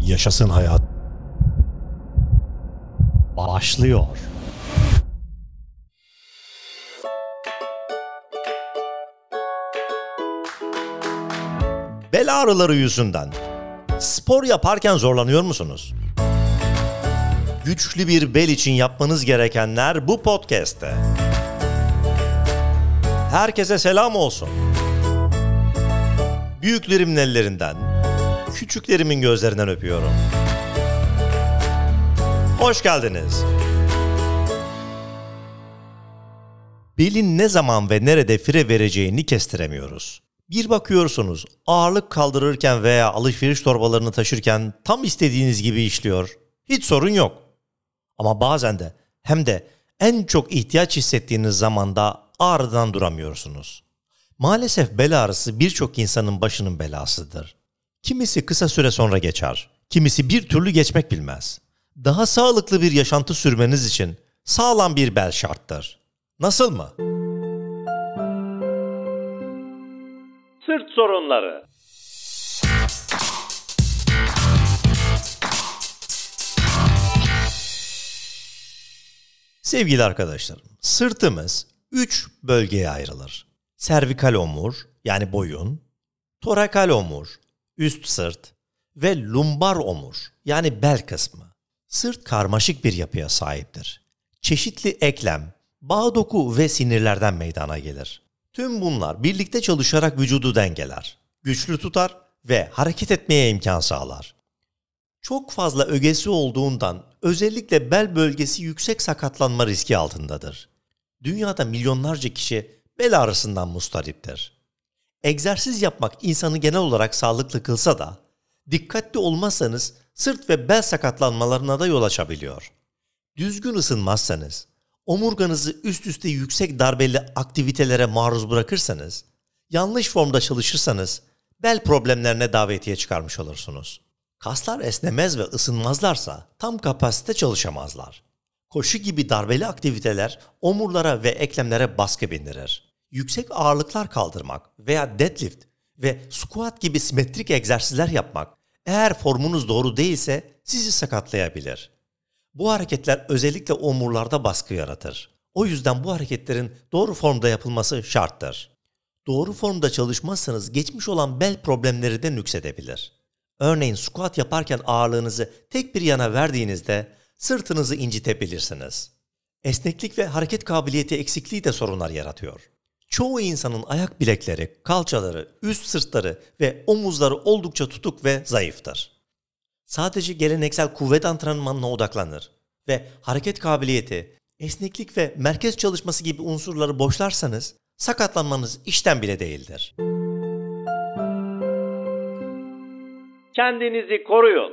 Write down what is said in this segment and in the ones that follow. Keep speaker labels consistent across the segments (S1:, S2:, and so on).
S1: Yaşasın hayat. Başlıyor. Bel ağrıları yüzünden spor yaparken zorlanıyor musunuz? Güçlü bir bel için yapmanız gerekenler bu podcast'te. Herkese selam olsun. Büyüklerimin ellerinden, küçüklerimin gözlerinden öpüyorum. Hoş geldiniz. Belin ne zaman ve nerede fire vereceğini kestiremiyoruz. Bir bakıyorsunuz, ağırlık kaldırırken veya alışveriş torbalarını taşırken tam istediğiniz gibi işliyor. Hiç sorun yok. Ama bazen de hem de en çok ihtiyaç hissettiğiniz zamanda ağrıdan duramıyorsunuz. Maalesef bel ağrısı birçok insanın başının belasıdır. Kimisi kısa süre sonra geçer, kimisi bir türlü geçmek bilmez. Daha sağlıklı bir yaşantı sürmeniz için sağlam bir bel şarttır. Nasıl mı? Sırt sorunları. Sevgili arkadaşlarım, sırtımız 3 bölgeye ayrılır. Servikal omur yani boyun, torakal omur, üst sırt ve lumbar omur yani bel kısmı. Sırt karmaşık bir yapıya sahiptir. Çeşitli eklem, bağ doku ve sinirlerden meydana gelir. Tüm bunlar birlikte çalışarak vücudu dengeler, güçlü tutar ve hareket etmeye imkan sağlar. Çok fazla ögesi olduğundan özellikle bel bölgesi yüksek sakatlanma riski altındadır. Dünyada milyonlarca kişi bel ağrısından mustariptir. Egzersiz yapmak insanı genel olarak sağlıklı kılsa da dikkatli olmazsanız sırt ve bel sakatlanmalarına da yol açabiliyor. Düzgün ısınmazsanız, omurganızı üst üste yüksek darbeli aktivitelere maruz bırakırsanız, yanlış formda çalışırsanız bel problemlerine davetiye çıkarmış olursunuz. Kaslar esnemez ve ısınmazlarsa tam kapasite çalışamazlar. Koşu gibi darbeli aktiviteler omurlara ve eklemlere baskı bindirir. Yüksek ağırlıklar kaldırmak veya deadlift ve squat gibi simetrik egzersizler yapmak eğer formunuz doğru değilse sizi sakatlayabilir. Bu hareketler özellikle omurlarda baskı yaratır. O yüzden bu hareketlerin doğru formda yapılması şarttır. Doğru formda çalışmazsanız geçmiş olan bel problemleri de nüksedebilir. Örneğin squat yaparken ağırlığınızı tek bir yana verdiğinizde sırtınızı incitebilirsiniz. Esneklik ve hareket kabiliyeti eksikliği de sorunlar yaratıyor. Çoğu insanın ayak bilekleri, kalçaları, üst sırtları ve omuzları oldukça tutuk ve zayıftır. Sadece geleneksel kuvvet antrenmanına odaklanır ve hareket kabiliyeti, esneklik ve merkez çalışması gibi unsurları boşlarsanız sakatlanmanız işten bile değildir. Kendinizi koruyun.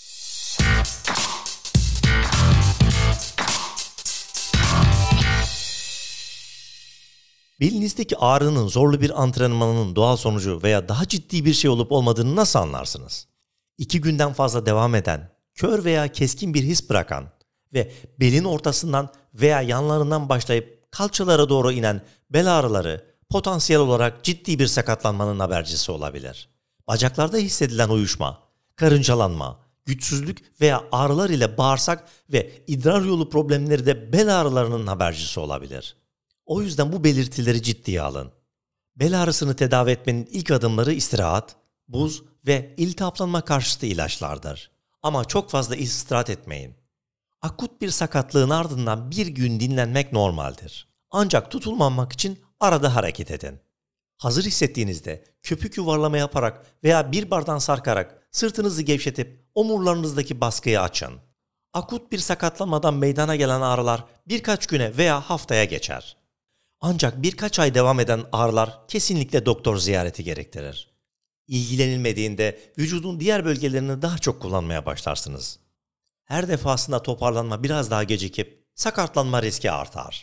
S1: Belinizdeki ağrının zorlu bir antrenmanın doğal sonucu veya daha ciddi bir şey olup olmadığını nasıl anlarsınız? 2 günden fazla devam eden, kör veya keskin bir his bırakan ve belin ortasından veya yanlarından başlayıp kalçalara doğru inen bel ağrıları potansiyel olarak ciddi bir sakatlanmanın habercisi olabilir. Bacaklarda hissedilen uyuşma, karıncalanma, güçsüzlük veya ağrılar ile bağırsak ve idrar yolu problemleri de bel ağrılarının habercisi olabilir. O yüzden bu belirtileri ciddiye alın. Bel ağrısını tedavi etmenin ilk adımları istirahat, buz ve iltihaplanma karşıtı ilaçlardır. Ama çok fazla istirahat etmeyin. Akut bir sakatlığın ardından bir gün dinlenmek normaldir. Ancak tutulmamak için arada hareket edin. Hazır hissettiğinizde köpük yuvarlama yaparak veya bir bardan sarkarak sırtınızı gevşetip omurlarınızdaki baskıyı açın. Akut bir sakatlanmadan meydana gelen ağrılar birkaç güne veya haftaya geçer. Ancak birkaç ay devam eden ağrılar kesinlikle doktor ziyareti gerektirir. İlgilenilmediğinde vücudun diğer bölgelerini daha çok kullanmaya başlarsınız. Her defasında toparlanma biraz daha gecikip sakatlanma riski artar.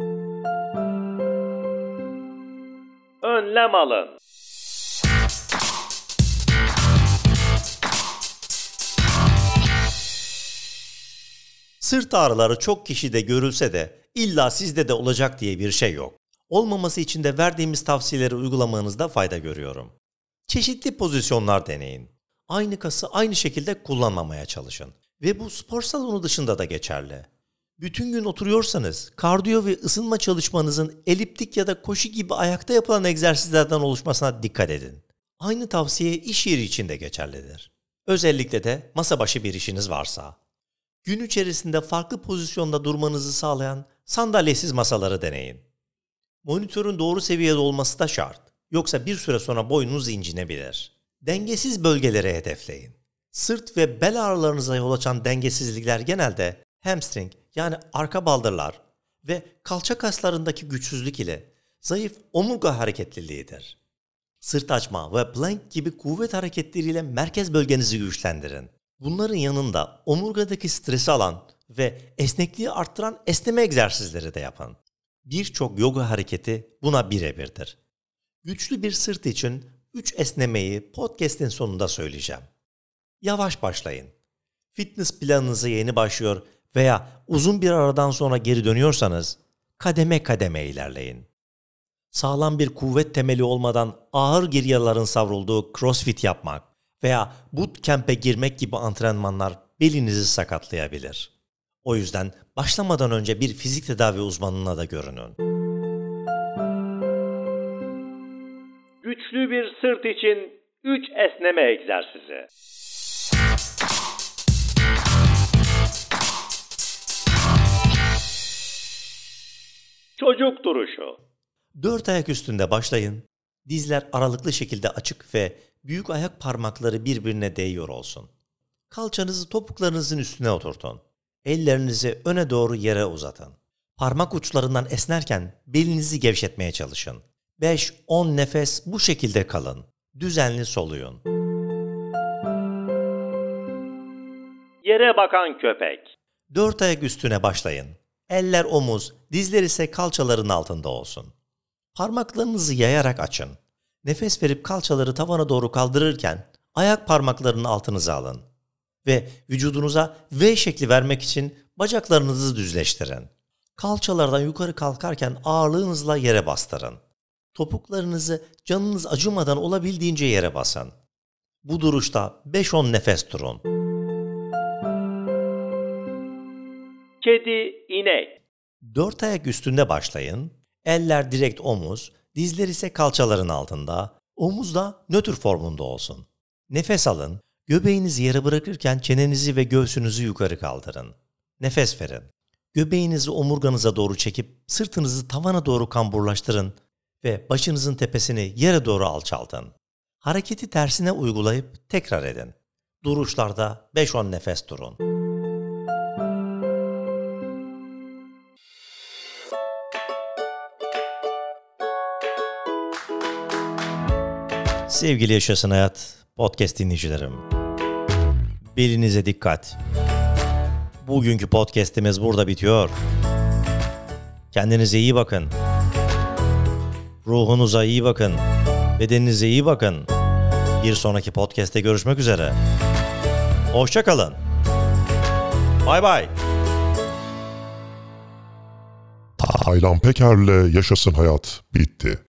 S1: Önlem alın. Sırt ağrıları çok kişide görülse de illa sizde de olacak diye bir şey yok. Olmaması için de verdiğimiz tavsiyeleri uygulamanızda fayda görüyorum. Çeşitli pozisyonlar deneyin. Aynı kası aynı şekilde kullanmamaya çalışın. Ve bu spor salonu dışında da geçerli. Bütün gün oturuyorsanız kardiyo ve ısınma çalışmanızın eliptik ya da koşu gibi ayakta yapılan egzersizlerden oluşmasına dikkat edin. Aynı tavsiye iş yeri için de geçerlidir. Özellikle de masa başı bir işiniz varsa. Gün içerisinde farklı pozisyonda durmanızı sağlayan sandalyesiz masaları deneyin. Monitörün doğru seviyede olması da şart. Yoksa bir süre sonra boynunuz incinebilir. Dengesiz bölgeleri hedefleyin. Sırt ve bel ağrılarınıza yol açan dengesizlikler genelde hamstring yani arka baldırlar ve kalça kaslarındaki güçsüzlük ile zayıf omurga hareketliliğidir. Sırt açma ve plank gibi kuvvet hareketleriyle merkez bölgenizi güçlendirin. Bunların yanında omurgadaki stresi alan ve esnekliği arttıran esneme egzersizleri de yapın. Birçok yoga hareketi buna birebirdir. Güçlü bir sırt için 3 esnemeyi podcast'in sonunda söyleyeceğim. Yavaş başlayın. Fitness planınıza yeni başlıyor veya uzun bir aradan sonra geri dönüyorsanız kademe kademe ilerleyin. Sağlam bir kuvvet temeli olmadan ağır giryaların savrulduğu crossfit yapmak veya bootcamp'e girmek gibi antrenmanlar belinizi sakatlayabilir. O yüzden başlamadan önce bir fizik tedavi uzmanına da görünün.
S2: Güçlü bir sırt için 3 esneme egzersizi. Çocuk duruşu.
S1: 4 ayak üstünde başlayın. Dizler aralıklı şekilde açık ve büyük ayak parmakları birbirine değiyor olsun. Kalçanızı topuklarınızın üstüne oturtun. Ellerinizi öne doğru yere uzatın. Parmak uçlarından esnerken belinizi gevşetmeye çalışın. 5-10 nefes bu şekilde kalın. Düzenli soluyun.
S2: Yere bakan köpek.
S1: 4 ayak üstüne başlayın. Eller omuz, dizler ise kalçaların altında olsun. Parmaklarınızı yayarak açın. Nefes verip kalçaları tavana doğru kaldırırken ayak parmaklarının altınıza alın. Ve vücudunuza V şekli vermek için bacaklarınızı düzleştirin. Kalçalardan yukarı kalkarken ağırlığınızla yere bastırın. Topuklarınızı canınız acımadan olabildiğince yere basın. Bu duruşta 5-10 nefes durun.
S2: Kedi, inek.
S1: 4 ayak üstünde başlayın. Eller direkt omuz, dizler ise kalçaların altında, omuz da nötr formunda olsun. Nefes alın, göbeğinizi yere bırakırken çenenizi ve göğsünüzü yukarı kaldırın. Nefes verin. Göbeğinizi omurganıza doğru çekip sırtınızı tavana doğru kamburlaştırın ve başınızın tepesini yere doğru alçaltın. Hareketi tersine uygulayıp tekrar edin. Duruşlarda 5-10 nefes durun. Sevgili Yaşasın Hayat podcast dinleyicilerim. Belinize dikkat. Bugünkü podcast'imiz burada bitiyor. Kendinize iyi bakın. Ruhunuza iyi bakın. Bedeninize iyi bakın. Bir sonraki podcast'te görüşmek üzere. Hoşça kalın. Bay bay.
S3: Taylan Peker'le Yaşasın Hayat bitti.